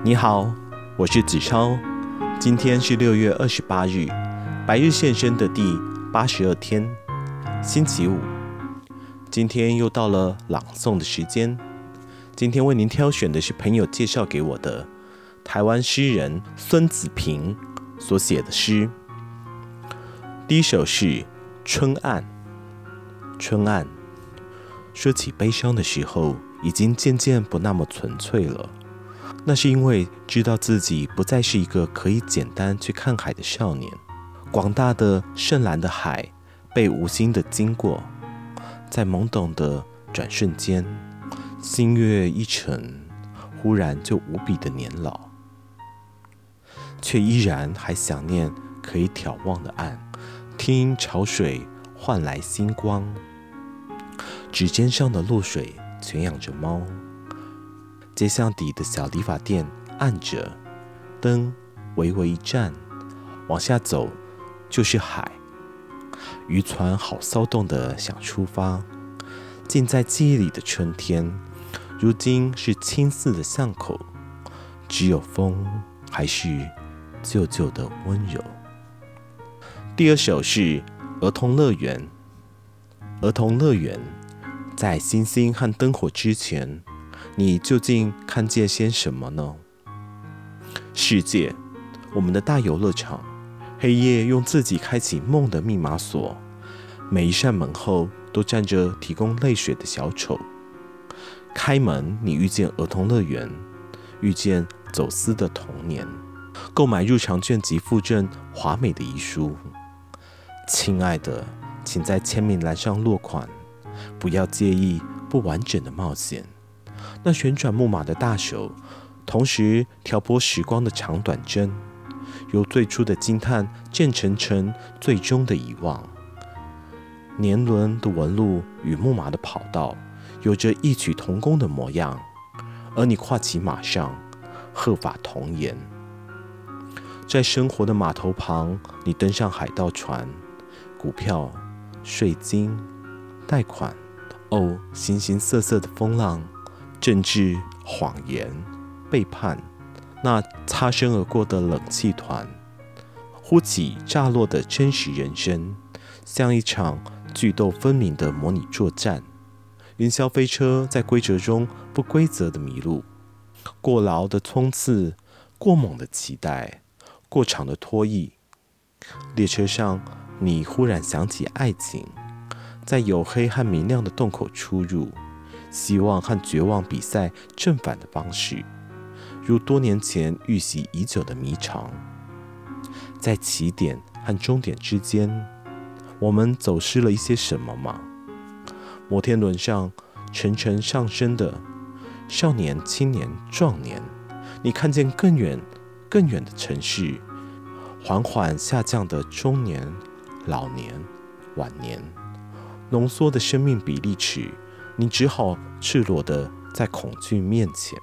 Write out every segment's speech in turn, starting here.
你好，我是子超。今天是6月28日，白日现身的第82天，星期五。今天又到了朗诵的时间。今天为您挑选的是朋友介绍给我的台湾诗人孙子平所写的诗。第一首是《春暗》。春暗，说起悲伤的时候，已经渐渐不那么纯粹了。那是因为知道自己不再是一个可以简单去看海的少年。广大的深蓝的海被无心的经过，在懵懂的转瞬间，星月一沉，忽然就无比的年老，却依然还想念可以眺望的岸，听潮水换来星光。指尖上的露水全养着猫，街巷底的小理发店暗着，灯微微一盏，往下走就是海。渔船好骚动的想出发，近在记忆里的春天，如今是青似的巷口，只有风还是旧旧的温柔。第二首是儿童乐园。儿童乐园，在星星和灯火之前，你究竟看见些什么呢？世界，我们的大游乐场，黑夜用自己开启梦的密码锁，每一扇门后都站着提供泪水的小丑。开门，你遇见儿童乐园，遇见走私的童年，购买入场券及附赠华美的遗书。亲爱的，请在签名栏上落款，不要介意不完整的冒险。那旋转木马的大手，同时挑拨时光的长短针，由最初的惊叹渐成最终的遗忘。年轮的纹路与木马的跑道，有着异曲同工的模样，而你跨骑马上，鹤发童颜。在生活的码头旁，你登上海盗船，股票、税金、贷款，形形色色的风浪，政治、谎言、背叛，那擦身而过的冷气团，呼起炸落的真实人生，像一场剧斗分明的模拟作战。云霄飞车在规则中不规则的迷路，过劳的冲刺，过猛的期待，过长的拖曳。列车上，你忽然想起爱情，在黝黑和明亮的洞口出入，希望和绝望比赛正反的方式，如多年前预习已久的迷肠。在起点和终点之间，我们走失了一些什么吗？摩天轮上层层上升的少年、青年、壮年，你看见更远更远的城市，缓缓下降的中年、老年、晚年，浓缩的生命比例尺，你只好赤裸地在恐惧面前。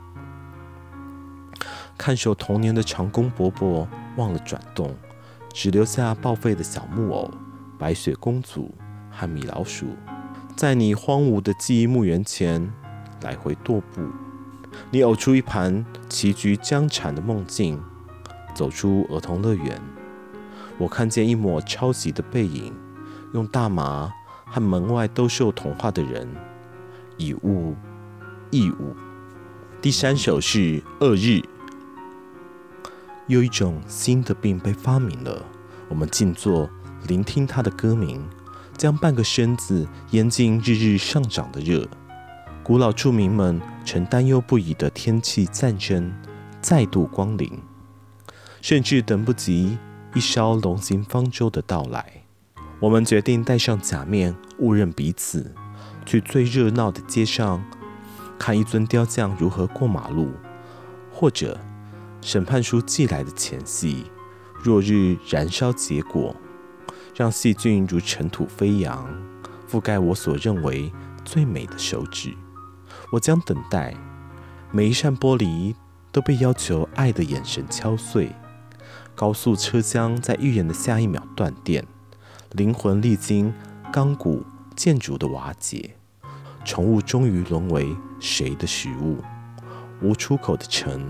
看守童年的长工伯伯忘了转动，只留下报废的小木偶、白雪公主和米老鼠，在你荒芜的记忆墓园前来回踱步。你呕出一盘棋局僵缠的梦境，走出儿童乐园。我看见一抹抄袭的背影，用大麻和门外兜售童话的人以物易物。第三首是恶日。有一种新的病被发明了，我们静坐聆听它的歌名，将半个身子淹进日日上涨的热。古老著名们曾担忧不已的天气战争再度光临，甚至等不及一艘龙行方舟的到来。我们决定戴上假面，误认彼此，去最热闹的街上看一尊雕像如何过马路，或者审判书寄来的前夕，落日燃烧结果，让细菌如尘土飞扬，覆盖我所认为最美的手指。我将等待，每一扇玻璃都被要求爱的眼神敲碎。高速车厢在预言的下一秒断电，灵魂历经钢骨建筑的瓦解，宠物终于沦为谁的食物？无出口的城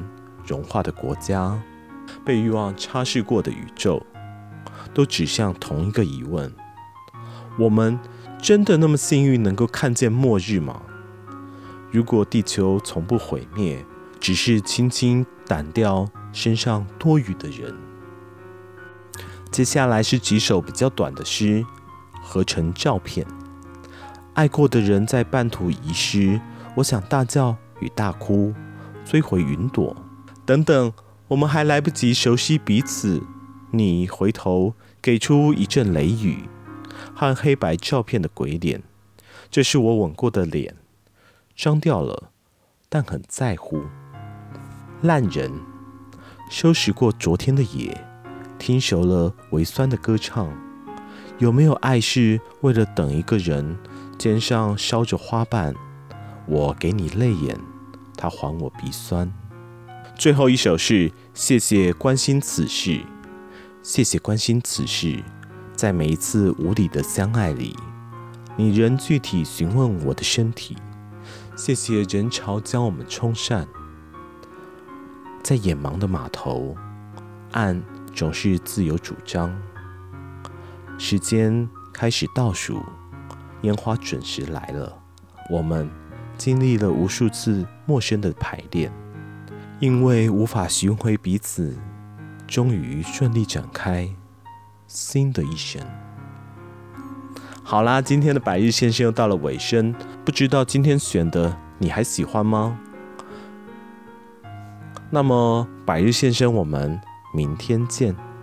融化的国家，被欲望擦拭过的宇宙，都指向同一个疑问：我们真的那么幸运能够看见末日吗？如果地球从不毁灭，只是轻轻掸掉身上多余的人。接下来是几首比较短的诗，合成照片。爱过的人在半途遗失，我想大叫与大哭，追回云朵。等等，我们还来不及熟悉彼此，你回头给出一阵雷雨，和黑白照片的鬼脸。这是我吻过的脸，张掉了，但很在乎。烂人，收拾过昨天的野，听熟了微酸的歌唱。有没有爱是为了等一个人，肩上烧着花瓣，我给你泪眼，他还我鼻酸。最后一首是谢谢关心此事，谢谢关心此事，在每一次无理的相爱里，你仍具体询问我的身体。谢谢人潮将我们冲散，在眼盲的码头，岸总是自由主张。时间开始倒数，烟花准时来了。我们经历了无数次陌生的排练，因为无法寻回彼此，终于顺利展开新的一生。好啦，今天的百日先生又到了尾声，不知道今天选的你还喜欢吗？那么百日先生，我们明天见。